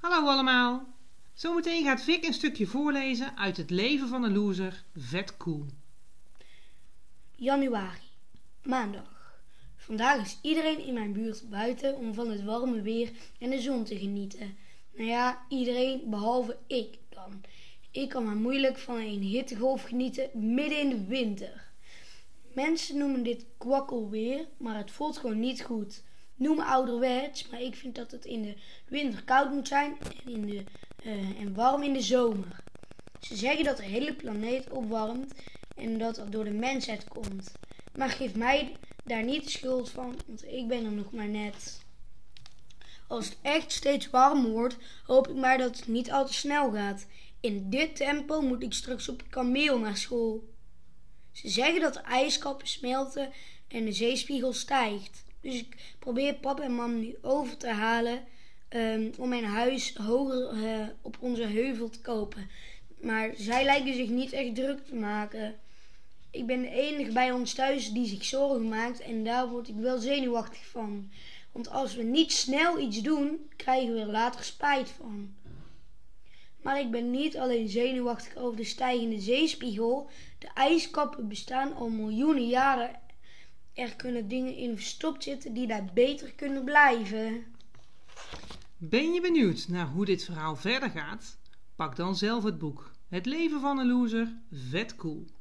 Hallo allemaal. Zometeen gaat Vic een stukje voorlezen uit het leven van een loser, vet cool. Januari, maandag. Vandaag is iedereen in mijn buurt buiten om van het warme weer en de zon te genieten. Nou ja, iedereen behalve ik dan. Ik kan maar moeilijk van een hittegolf genieten midden in de winter. Mensen noemen dit kwakkelweer, maar het voelt gewoon niet goed. Noem me ouderwets, maar ik vind dat het in de winter koud moet zijn en warm in de zomer. Ze zeggen dat de hele planeet opwarmt en dat dat door de mensheid komt. Maar geef mij daar niet de schuld van, want ik ben er nog maar net. Als het echt steeds warmer wordt, hoop ik maar dat het niet al te snel gaat. In dit tempo moet ik straks op een kameel naar school. Ze zeggen dat de ijskappen smelten en de zeespiegel stijgt. Dus ik probeer papa en mam nu over te halen om mijn huis hoger op onze heuvel te kopen. Maar zij lijken zich niet echt druk te maken. Ik ben de enige bij ons thuis die zich zorgen maakt en daar word ik wel zenuwachtig van. Want als we niet snel iets doen, krijgen we er later spijt van. Maar ik ben niet alleen zenuwachtig over de stijgende zeespiegel. De ijskappen bestaan al miljoenen jaren. Er kunnen dingen in verstopt zitten die daar beter kunnen blijven. Ben je benieuwd naar hoe dit verhaal verder gaat? Pak dan zelf het boek Het leven van een loser, vet cool.